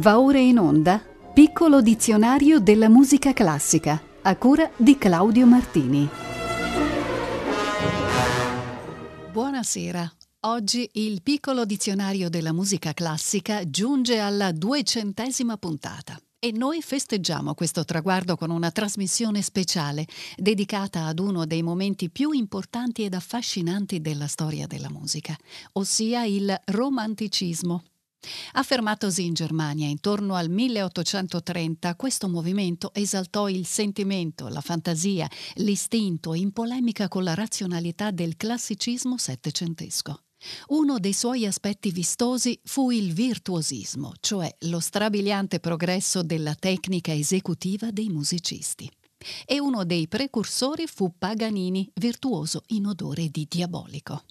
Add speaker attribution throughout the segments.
Speaker 1: Va ora in onda Piccolo dizionario della musica classica, a cura di Claudio Martini. Buonasera. Oggi il Piccolo dizionario della musica classica giunge alla 200ª puntata. E noi festeggiamo questo traguardo con una trasmissione speciale dedicata ad uno dei momenti più importanti ed affascinanti della storia della musica, ossia il romanticismo. Affermatosi in Germania intorno al 1830, questo movimento esaltò il sentimento, la fantasia, l'istinto in polemica con la razionalità del classicismo settecentesco. Uno dei suoi aspetti vistosi fu il virtuosismo, cioè lo strabiliante progresso della tecnica esecutiva dei musicisti. E uno dei precursori fu Paganini, virtuoso in odore di diabolico.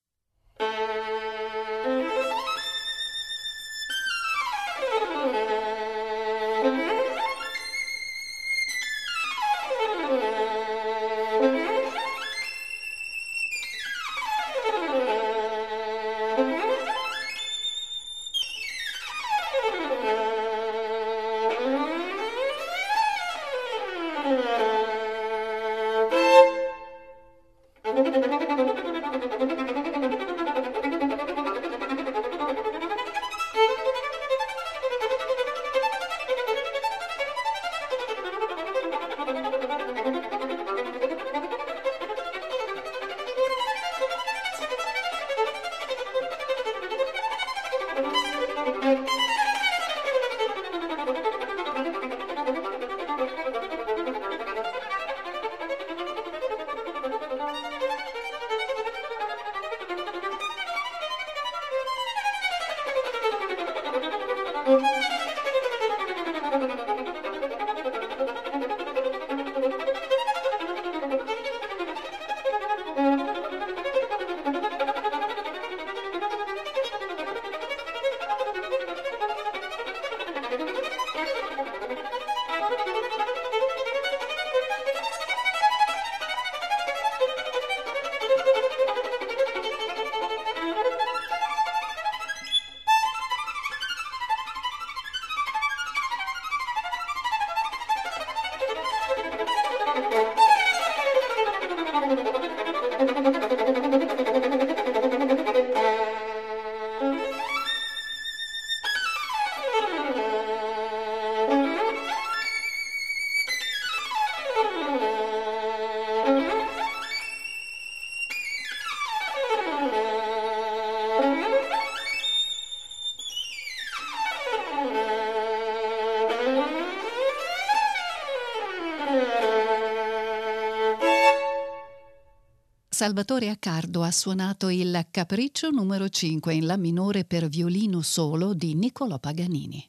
Speaker 1: Salvatore Accardo ha suonato il Capriccio numero 5 in La minore per violino solo di Niccolò Paganini.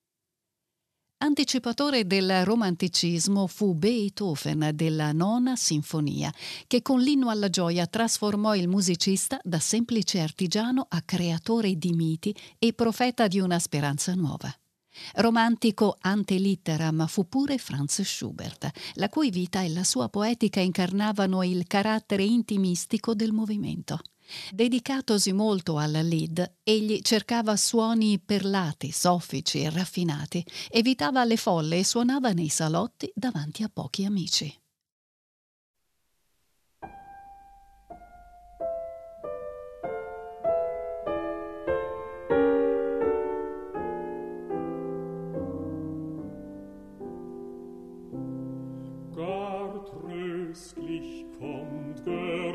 Speaker 1: Anticipatore del romanticismo fu Beethoven della Nona Sinfonia, che con l'Inno alla gioia trasformò il musicista da semplice artigiano a creatore di miti e profeta di una speranza nuova. Romantico ante litteram fu pure Franz Schubert, la cui vita e la sua poetica incarnavano il carattere intimistico del movimento. Dedicatosi molto alla Lied, egli cercava suoni perlati, soffici e raffinati, evitava le folle e suonava nei salotti davanti a pochi amici.
Speaker 2: Tröstlich kommt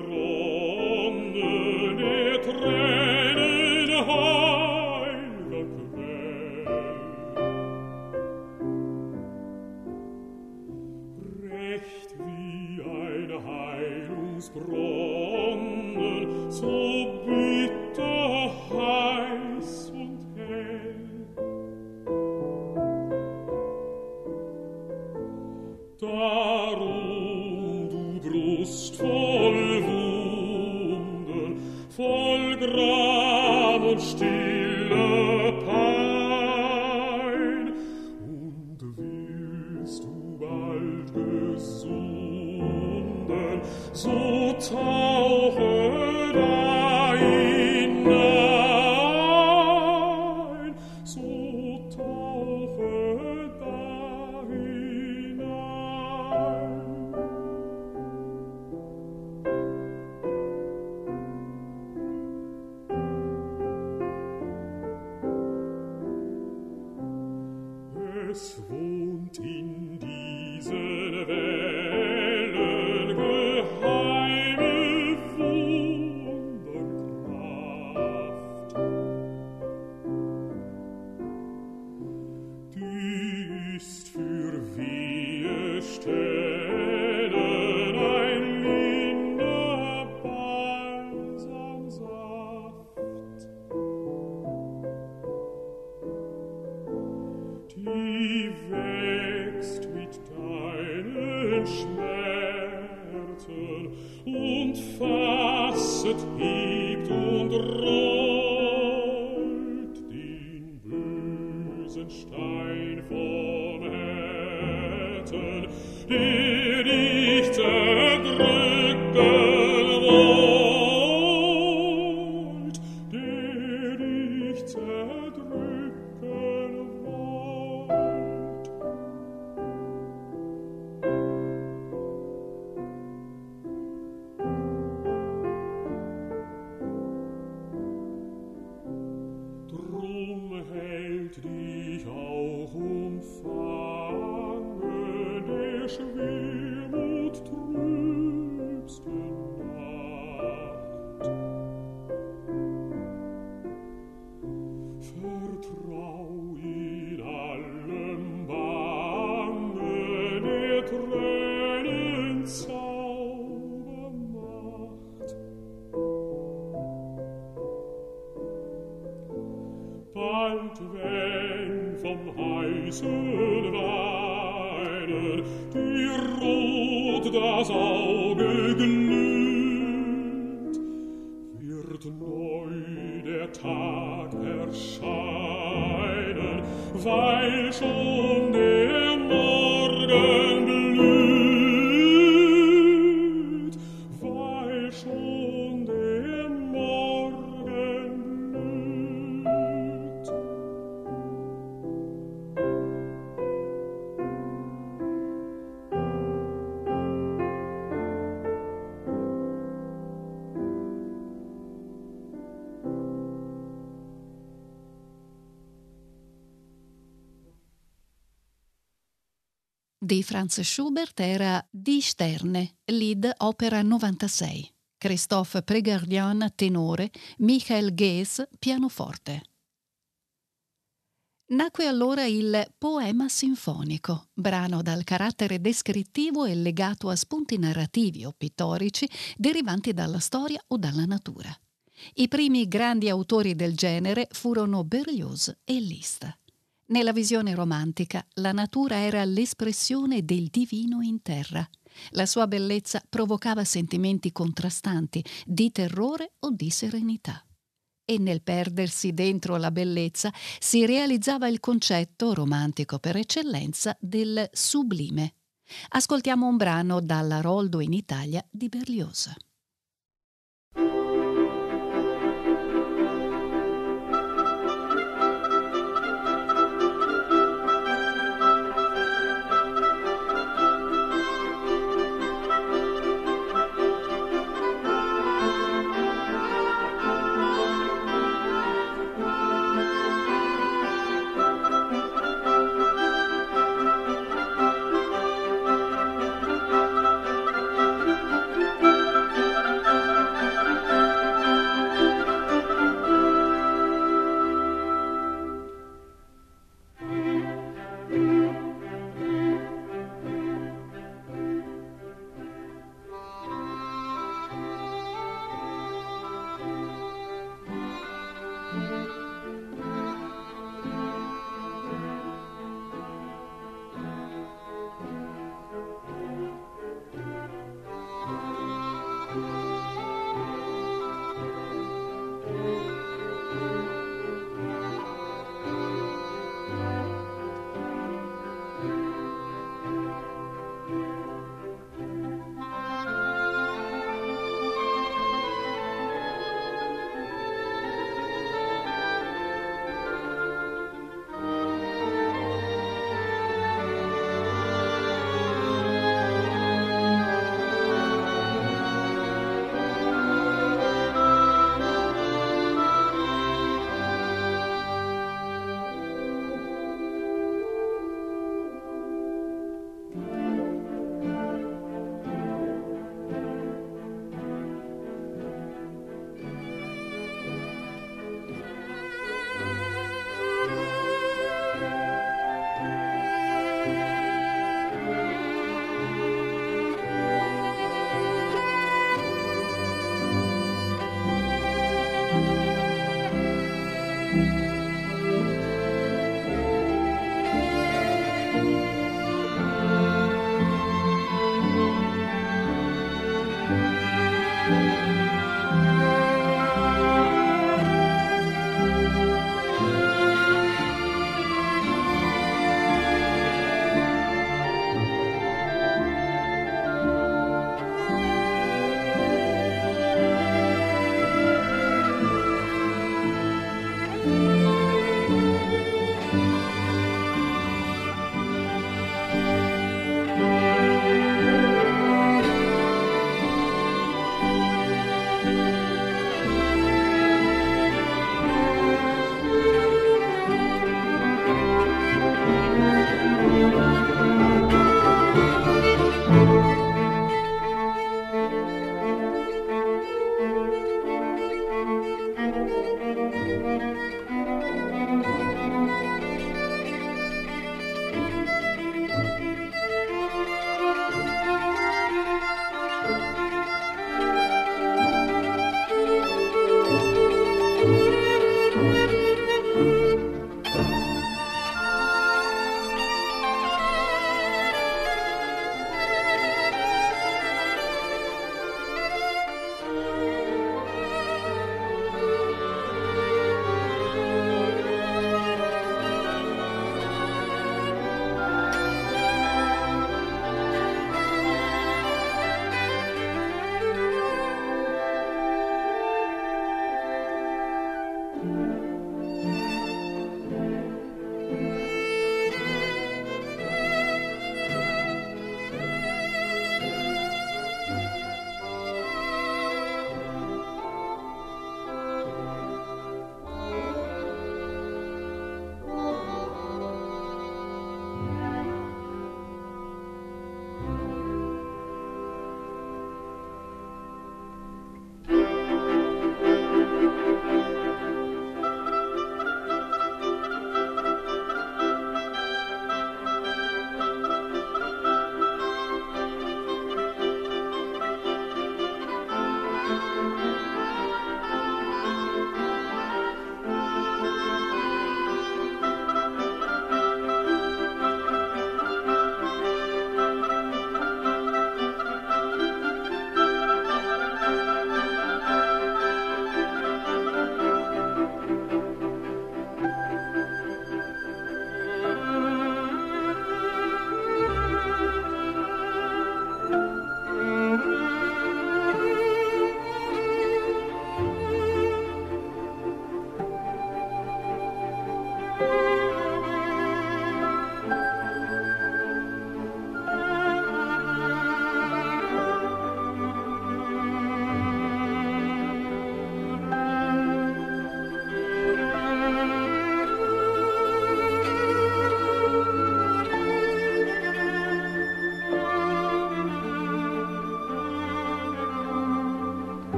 Speaker 2: geronnene Tränen heiler Quell. Recht wie ein Heilungsbrunnen, so bitter, heiß und hell. Darum, du Brust voll Wunden, voll Gram und stille Pein, und willst du bald gesunden, so tauche da hinein, so tauche und fasset, hebt und rollt den bösen Stein vom Hätten, der dich zerdrücken wollt, der dich zerdrücken wollt. Drum hält dich auch umfangen der Schwermut trübste Nacht. Vertrau in allem Bange der Tränen Zaubermacht. Bald wenn vom heißen Weinen dir rot das Auge glüht, wird neu der Tag erscheinen, weil schon der Morgen blüht, weil schon der Morgen blüht.
Speaker 1: Di Franz Schubert era Die Sterne, Lied opera 96. Christophe Prégardian, tenore, Michael Gees, pianoforte. Nacque allora il Poema sinfonico, brano dal carattere descrittivo e legato a spunti narrativi o pittorici derivanti dalla storia o dalla natura. I primi grandi autori del genere furono Berlioz e Liszt. Nella visione romantica, la natura era l'espressione del divino in terra. La sua bellezza provocava sentimenti contrastanti, di terrore o di serenità. E nel perdersi dentro la bellezza si realizzava il concetto, romantico per eccellenza, del sublime. Ascoltiamo un brano dall'Aroldo in Italia di Berlioz.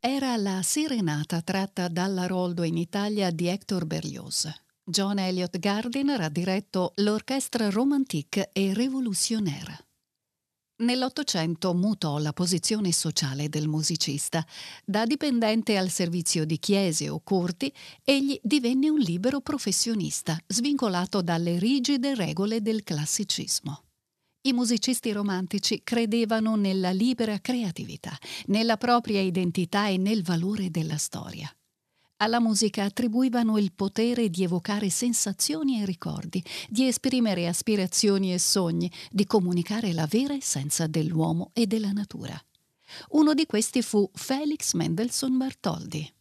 Speaker 1: Era la Serenata tratta dall'Aroldo in Italia di Hector Berlioz. John Eliot Gardiner ha diretto l'Orchestre Romantique et Révolutionnaire. Nell'Ottocento mutò la posizione sociale del musicista. Da dipendente al servizio di chiese o corti, egli divenne un libero professionista, svincolato dalle rigide regole del classicismo. I musicisti romantici credevano nella libera creatività, nella propria identità e nel valore della storia. Alla musica attribuivano il potere di evocare sensazioni e ricordi, di esprimere aspirazioni e sogni, di comunicare la vera essenza dell'uomo e della natura. Uno di questi fu Felix Mendelssohn Bartholdy.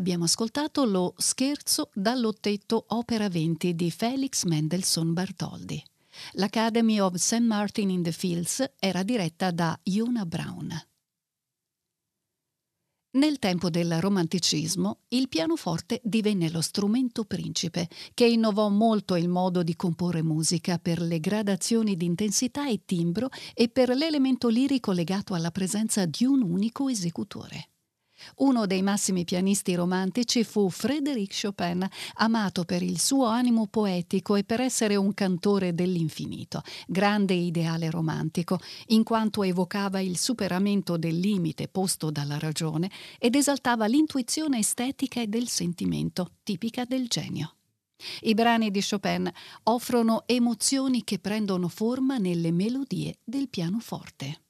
Speaker 1: Abbiamo ascoltato lo Scherzo dall'ottetto Opera 20 di Felix Mendelssohn Bartholdy. L'Academy of St. Martin in the Fields era diretta da Una Brown. Nel tempo del romanticismo, il pianoforte divenne lo strumento principe, che innovò molto il modo di comporre musica per le gradazioni di intensità e timbro e per l'elemento lirico legato alla presenza di un unico esecutore. Uno dei massimi pianisti romantici fu Frédéric Chopin, amato per il suo animo poetico e per essere un cantore dell'infinito, grande ideale romantico, in quanto evocava il superamento del limite posto dalla ragione ed esaltava l'intuizione estetica e del sentimento, tipica del genio. I brani di Chopin offrono emozioni che prendono forma nelle melodie del pianoforte.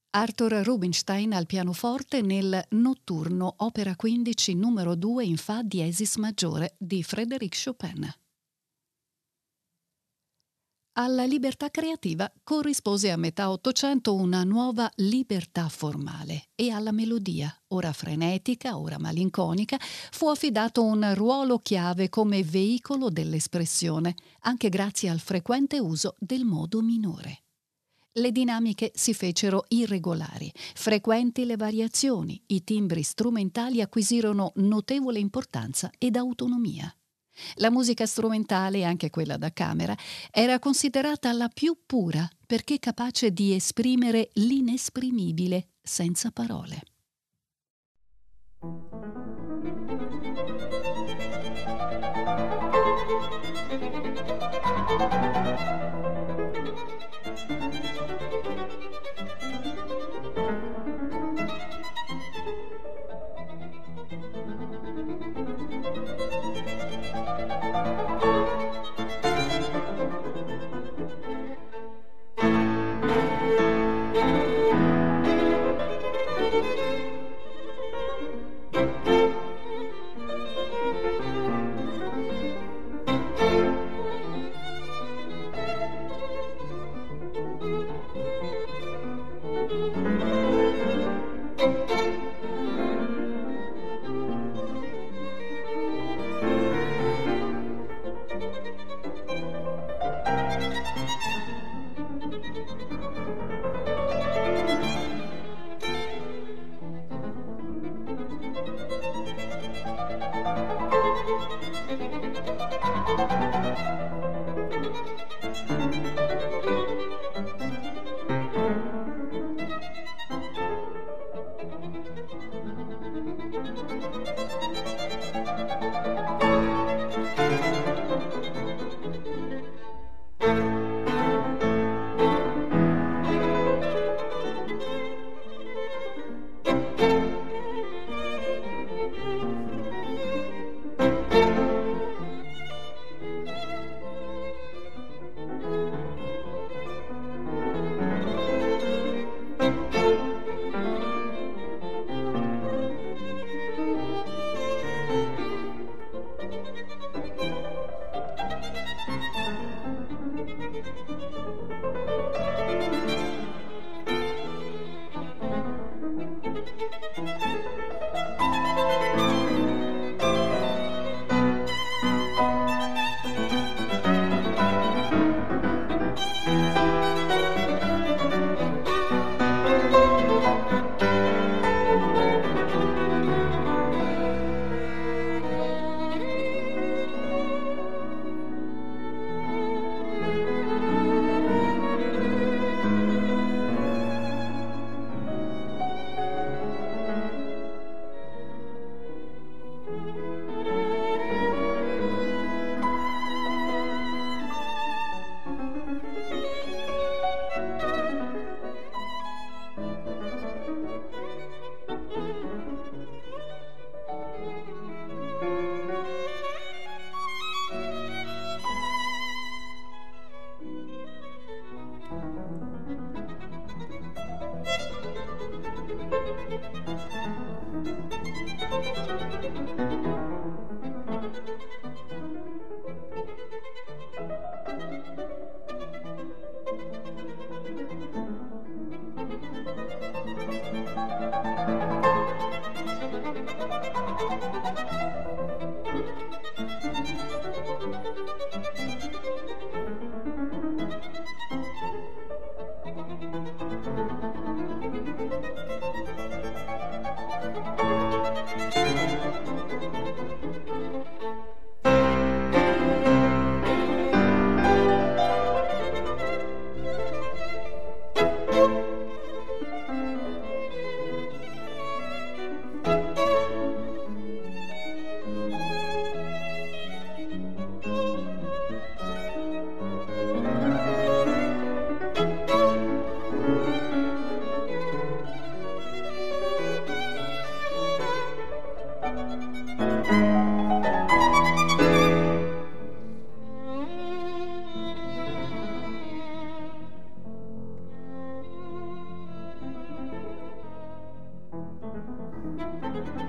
Speaker 1: Arthur Rubinstein al pianoforte nel Notturno, opera 15 numero 2 in Fa diesis maggiore di Frédéric Chopin. Alla libertà creativa corrispose a metà Ottocento una nuova libertà formale e alla melodia, ora frenetica, ora malinconica, fu affidato un ruolo chiave come veicolo dell'espressione, anche grazie al frequente uso del modo minore. Le dinamiche si fecero irregolari, frequenti le variazioni, i timbri strumentali acquisirono notevole importanza ed autonomia. La musica strumentale, anche quella da camera, era considerata la più pura perché capace di esprimere l'inesprimibile senza parole.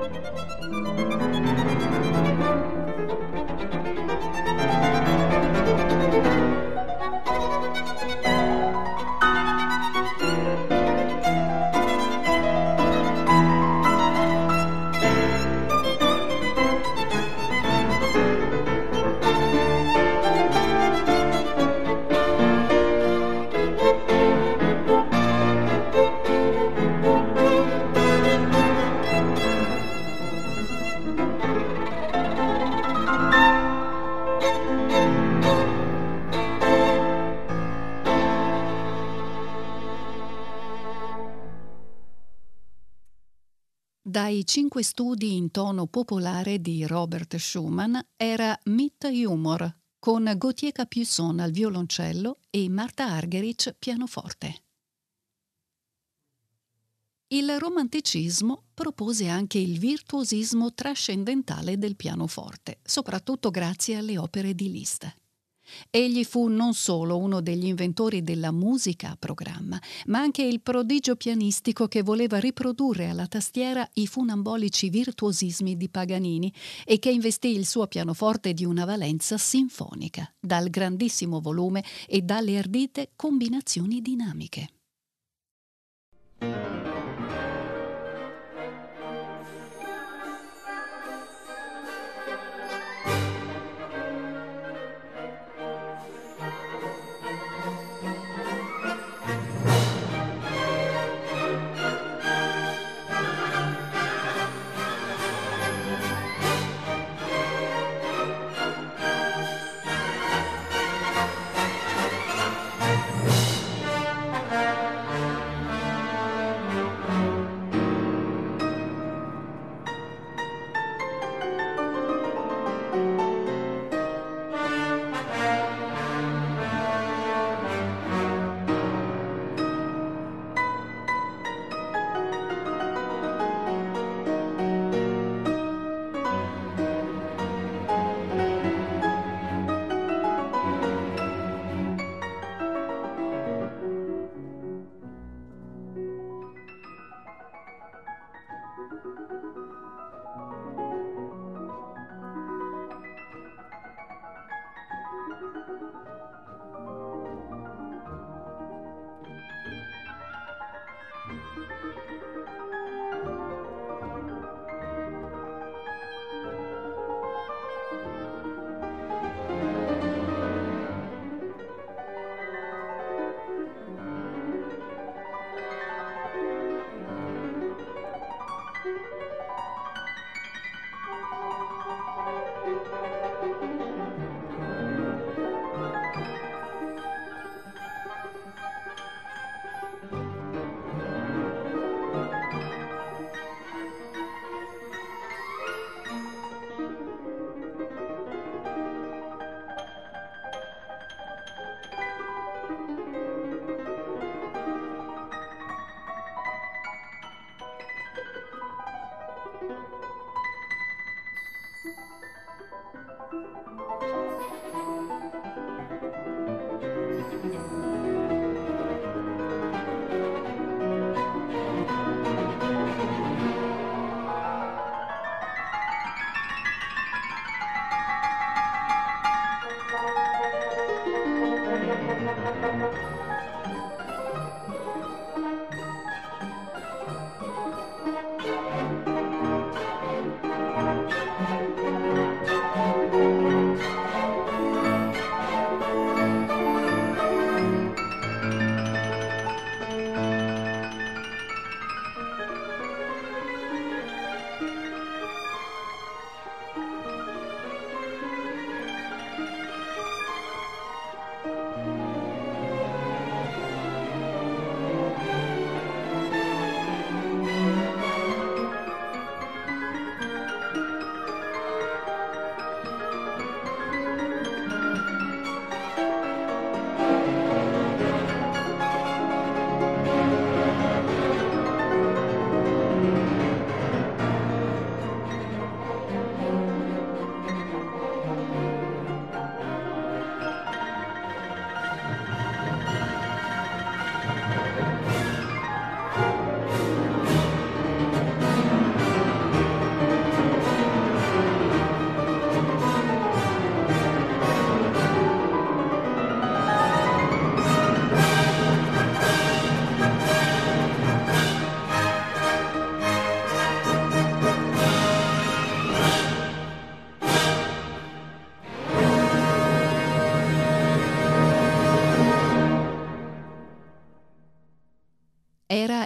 Speaker 1: Dai 5 studi in tono popolare di Robert Schumann era Mit Humor, con Gauthier Capuçon al violoncello e Martha Argerich pianoforte. Il romanticismo propose anche il virtuosismo trascendentale del pianoforte, soprattutto grazie alle opere di Liszt. Egli fu non solo uno degli inventori della musica a programma, ma anche il prodigio pianistico che voleva riprodurre alla tastiera i funambolici virtuosismi di Paganini e che investì il suo pianoforte di una valenza sinfonica, dal grandissimo volume e dalle ardite combinazioni dinamiche.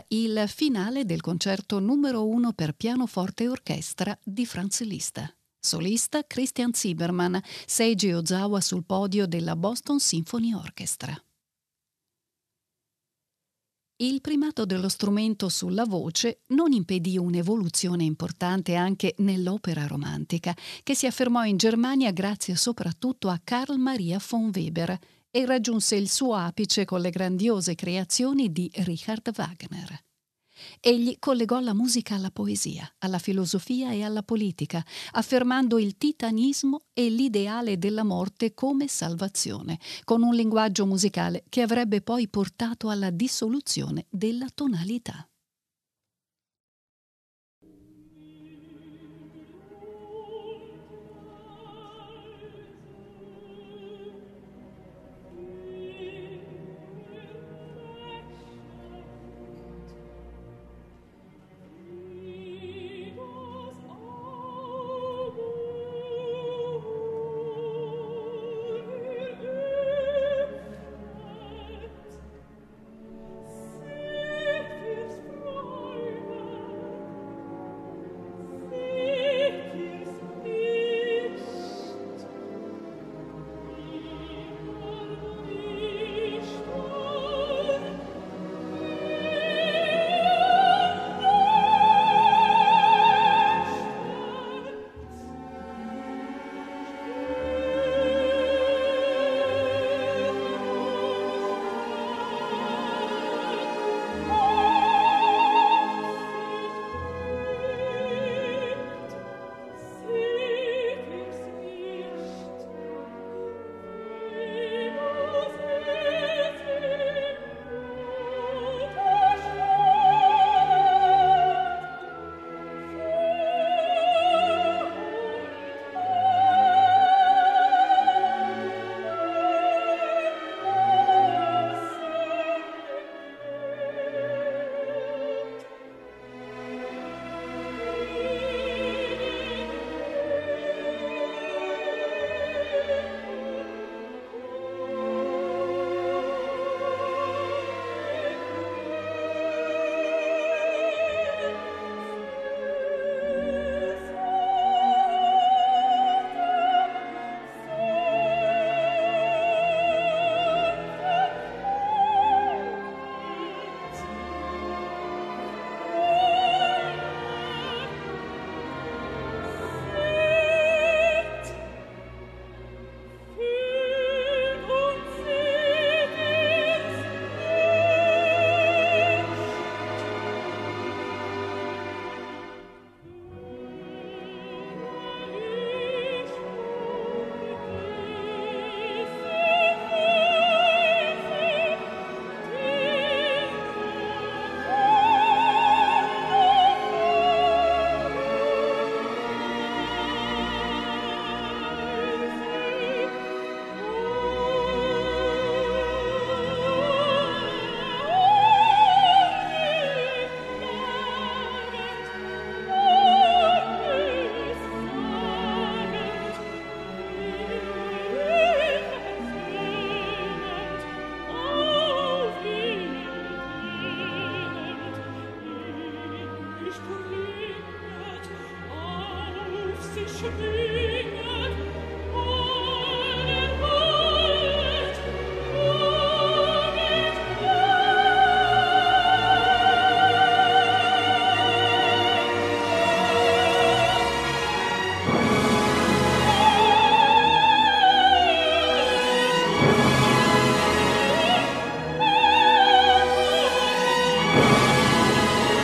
Speaker 1: il finale del concerto numero 1 per pianoforte e orchestra di Franz Liszt. Solista Christian Zimmermann, Seiji Ozawa sul podio della Boston Symphony Orchestra. Il primato dello strumento sulla voce non impedì un'evoluzione importante anche nell'opera romantica, che si affermò in Germania grazie soprattutto a Carl Maria von Weber e raggiunse il suo apice con le grandiose creazioni di Richard Wagner. Egli collegò la musica alla poesia, alla filosofia e alla politica, affermando il titanismo e l'ideale della morte come salvazione, con un linguaggio musicale che avrebbe poi portato alla dissoluzione della tonalità.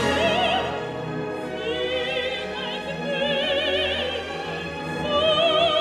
Speaker 2: Oh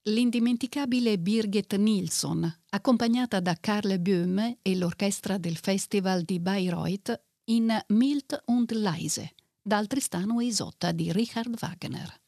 Speaker 1: l'indimenticabile Birgit Nilsson, accompagnata da Karl Böhme e l'orchestra del Festival di Bayreuth in Mild und leise, dal Tristano e Isotta di Richard Wagner.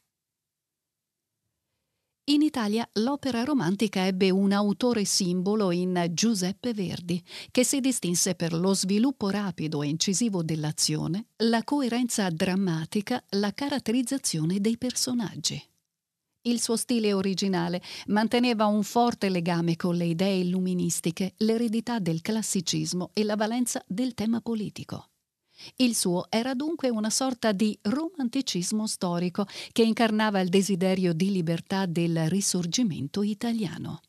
Speaker 1: In Italia l'opera romantica ebbe un autore simbolo in Giuseppe Verdi, che si distinse per lo sviluppo rapido e incisivo dell'azione, la coerenza drammatica, la caratterizzazione dei personaggi. Il suo stile originale manteneva un forte legame con le idee illuministiche, l'eredità del classicismo e la valenza del tema politico. Il suo era dunque una sorta di romanticismo storico che incarnava il desiderio di libertà del Risorgimento italiano.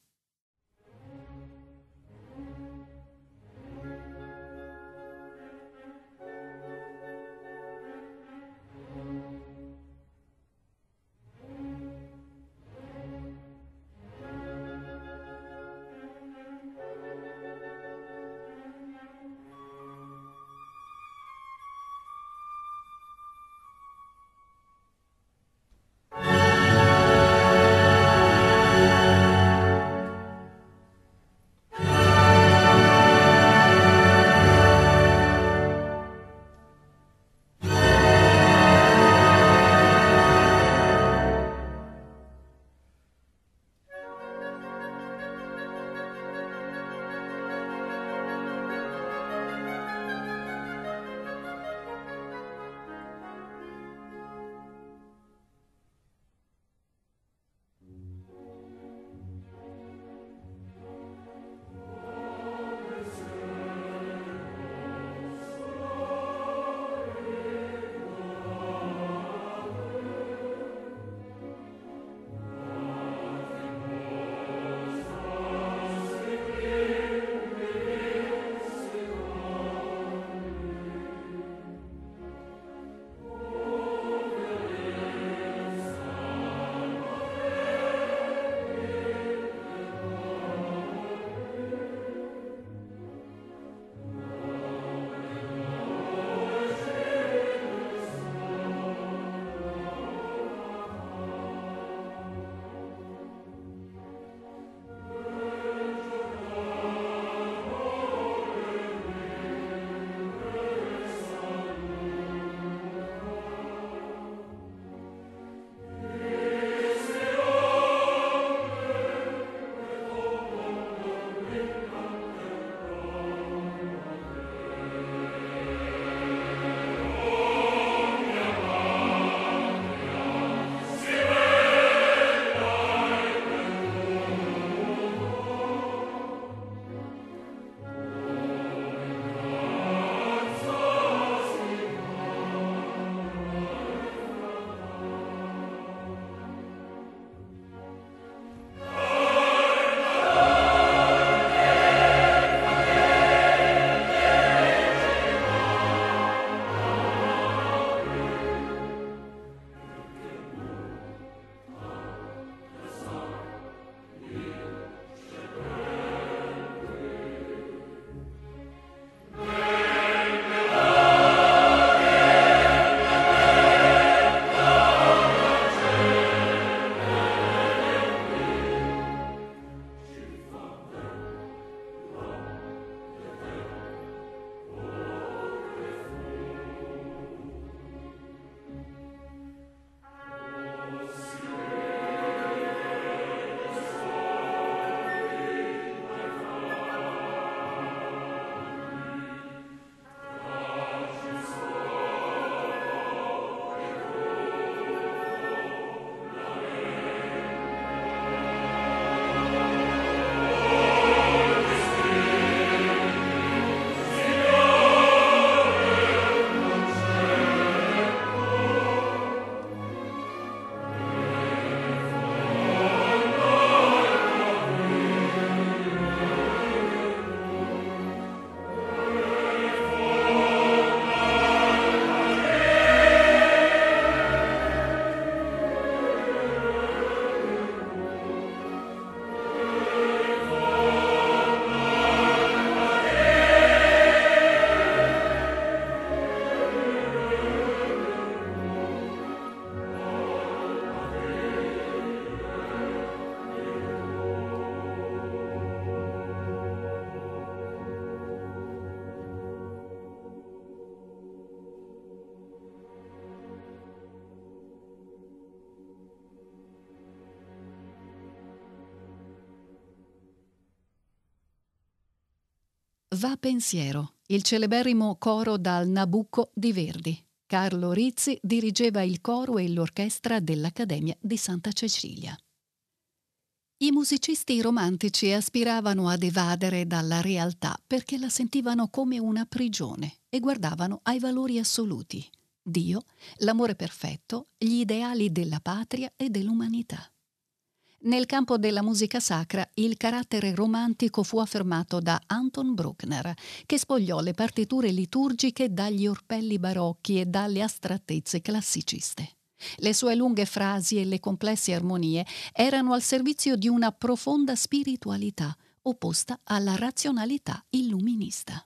Speaker 1: Va pensiero, il celeberrimo coro dal Nabucco di Verdi. Carlo Rizzi dirigeva il coro e l'orchestra dell'Accademia di Santa Cecilia. I musicisti romantici aspiravano ad evadere dalla realtà perché la sentivano come una prigione e guardavano ai valori assoluti: Dio, l'amore perfetto, gli ideali della patria e dell'umanità. Nel campo della musica sacra il carattere romantico fu affermato da Anton Bruckner, che spogliò le partiture liturgiche dagli orpelli barocchi e dalle astrattezze classiciste. Le sue lunghe frasi e le complesse armonie erano al servizio di una profonda spiritualità, opposta alla razionalità illuminista.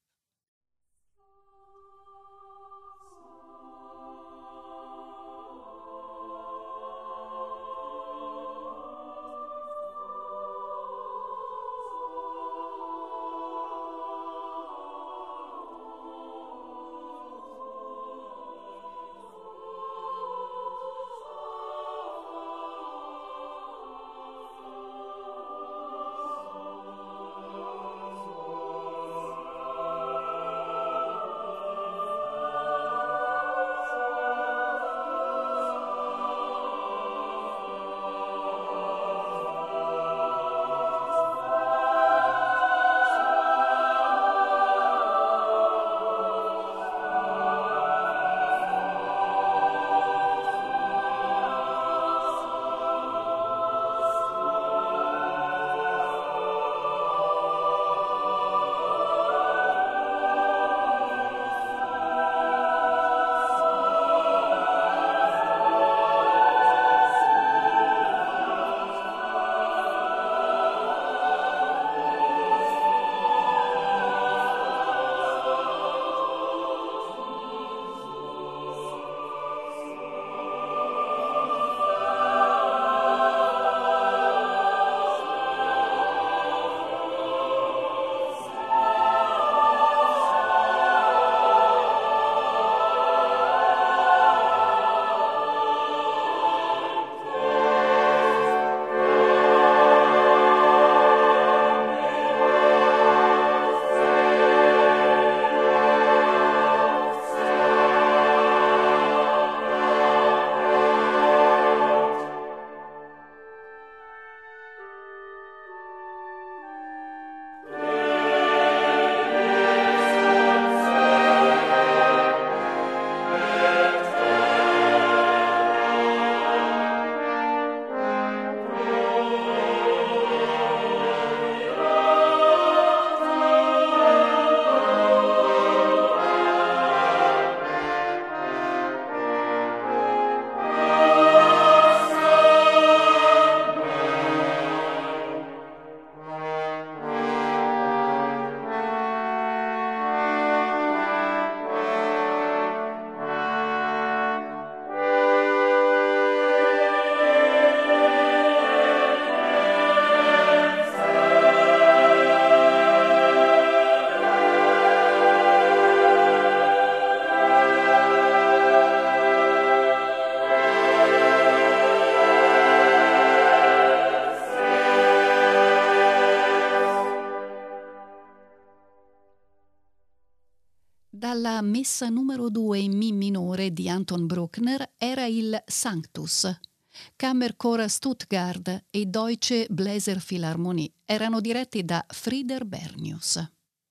Speaker 1: Dalla messa numero 2 in Mi minore di Anton Bruckner era il Sanctus. Kammerchor Stuttgart e Deutsche Bläserphilharmonie erano diretti da Frieder Bernius.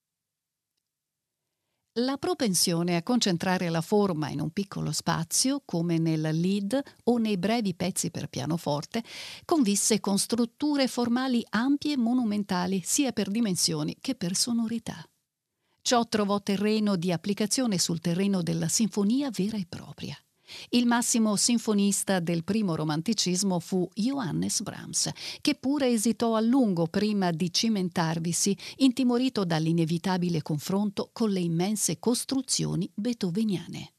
Speaker 1: La propensione a concentrare la forma in un piccolo spazio, come nel Lied o nei brevi pezzi per pianoforte, convisse con strutture formali ampie e monumentali sia per dimensioni che per sonorità. Ciò trovò terreno di applicazione sul terreno della sinfonia vera e propria. Il massimo sinfonista del primo romanticismo fu Johannes Brahms, che pure esitò a lungo prima di cimentarvisi, intimorito dall'inevitabile confronto con le immense costruzioni beethoveniane.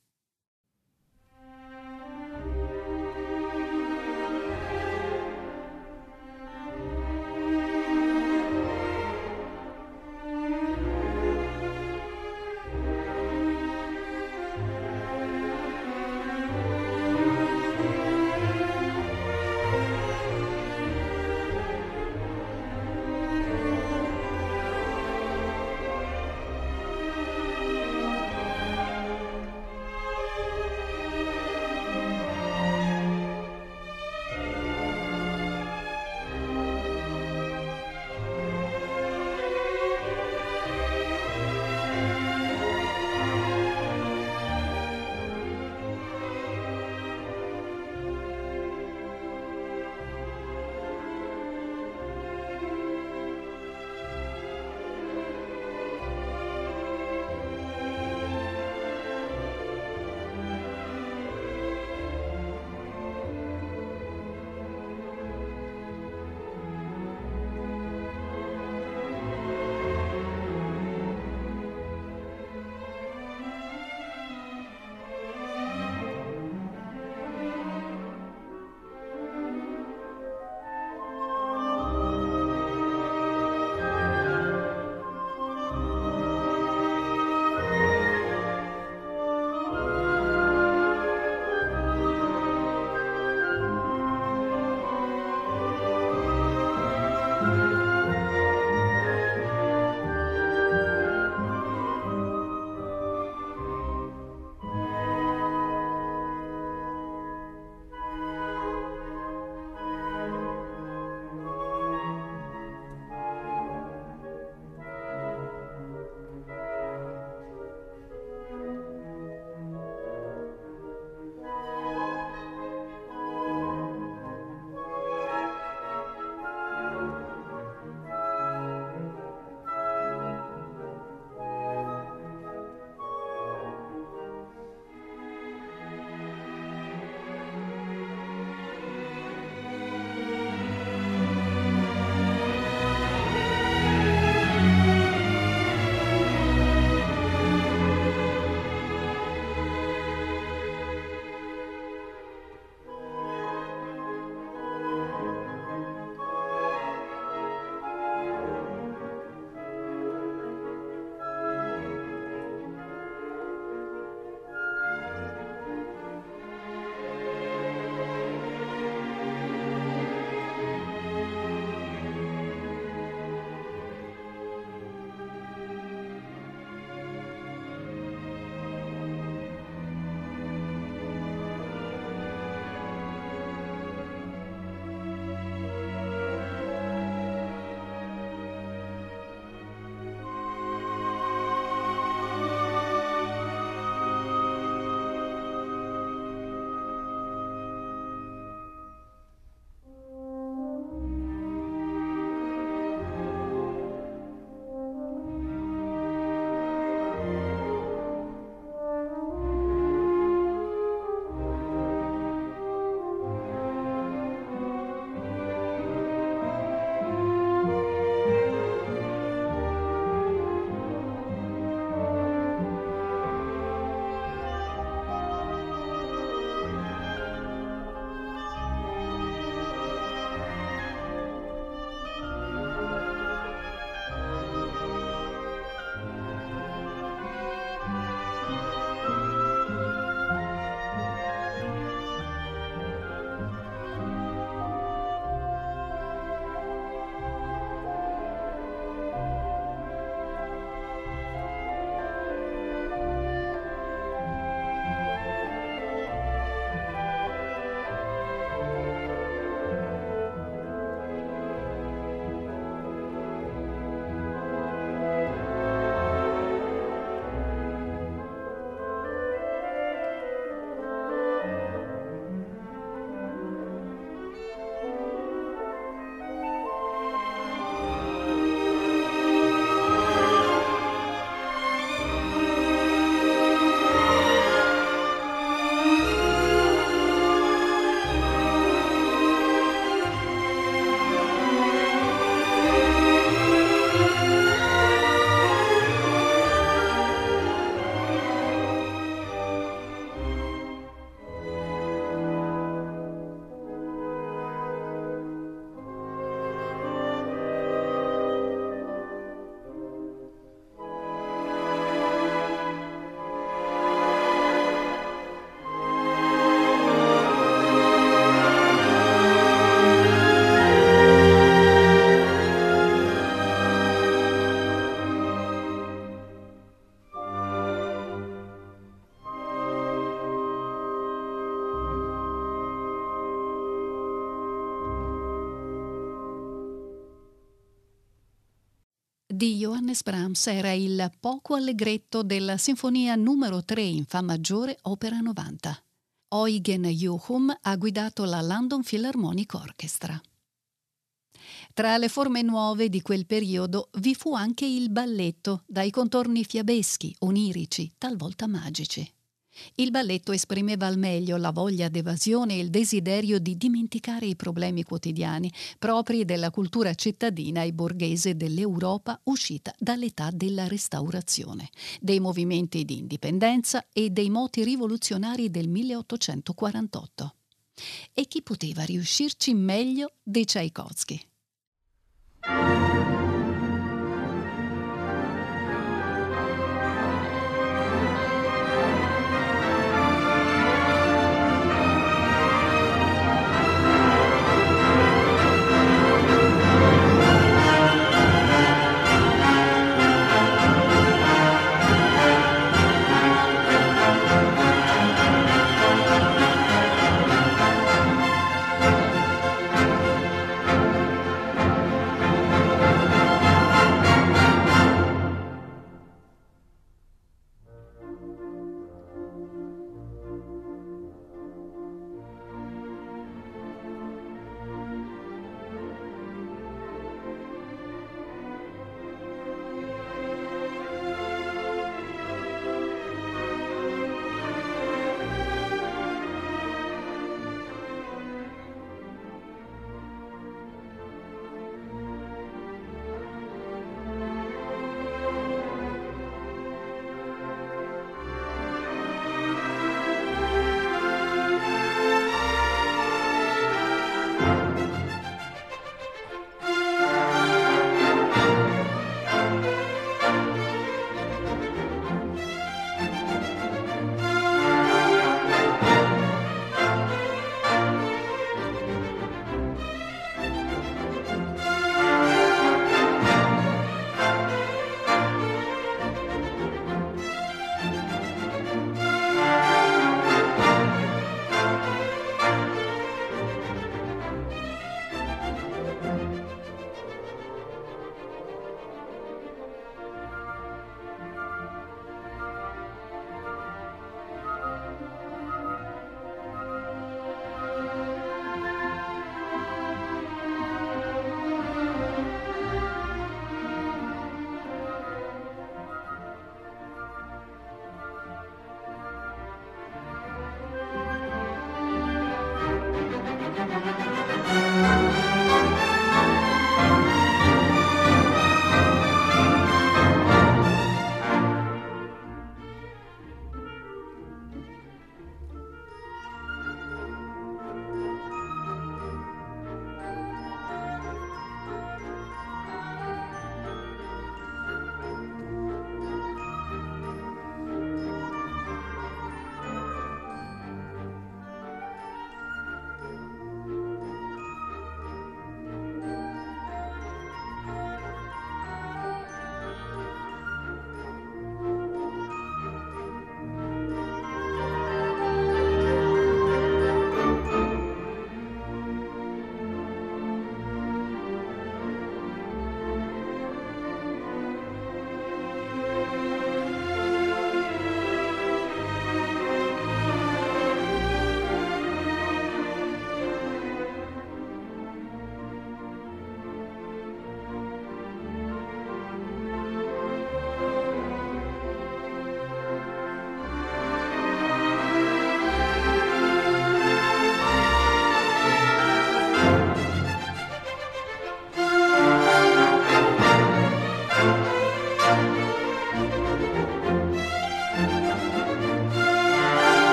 Speaker 1: di Johannes Brahms era il poco allegretto della sinfonia numero 3 in fa maggiore, opera 90. Eugen Jochum ha guidato la London Philharmonic Orchestra. Tra le forme nuove di quel periodo vi fu anche il balletto, dai contorni fiabeschi, onirici, talvolta magici. Il balletto esprimeva al meglio la voglia d'evasione e il desiderio di dimenticare i problemi quotidiani propri della cultura cittadina e borghese dell'Europa uscita dall'età della Restaurazione, dei movimenti di indipendenza e dei moti rivoluzionari del 1848. E chi poteva riuscirci meglio di Tchaikovsky?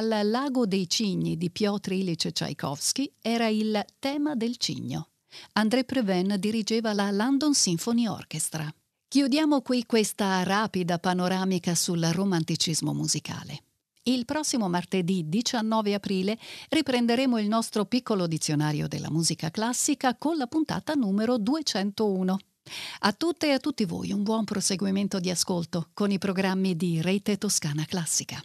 Speaker 1: dal Lago dei Cigni di Piotr Ilyich Tchaikovsky era il Tema del cigno. André Previn dirigeva la London Symphony Orchestra. Chiudiamo qui questa rapida panoramica sul romanticismo musicale. Il prossimo martedì 19 aprile riprenderemo il nostro piccolo dizionario della musica classica con la puntata numero 201. A tutte e a tutti voi un buon proseguimento di ascolto con i programmi di Rete Toscana Classica.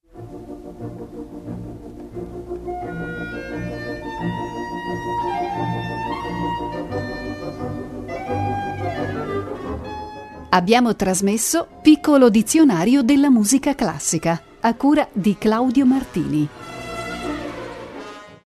Speaker 1: Abbiamo trasmesso Piccolo dizionario della musica classica a cura di Claudio Martini.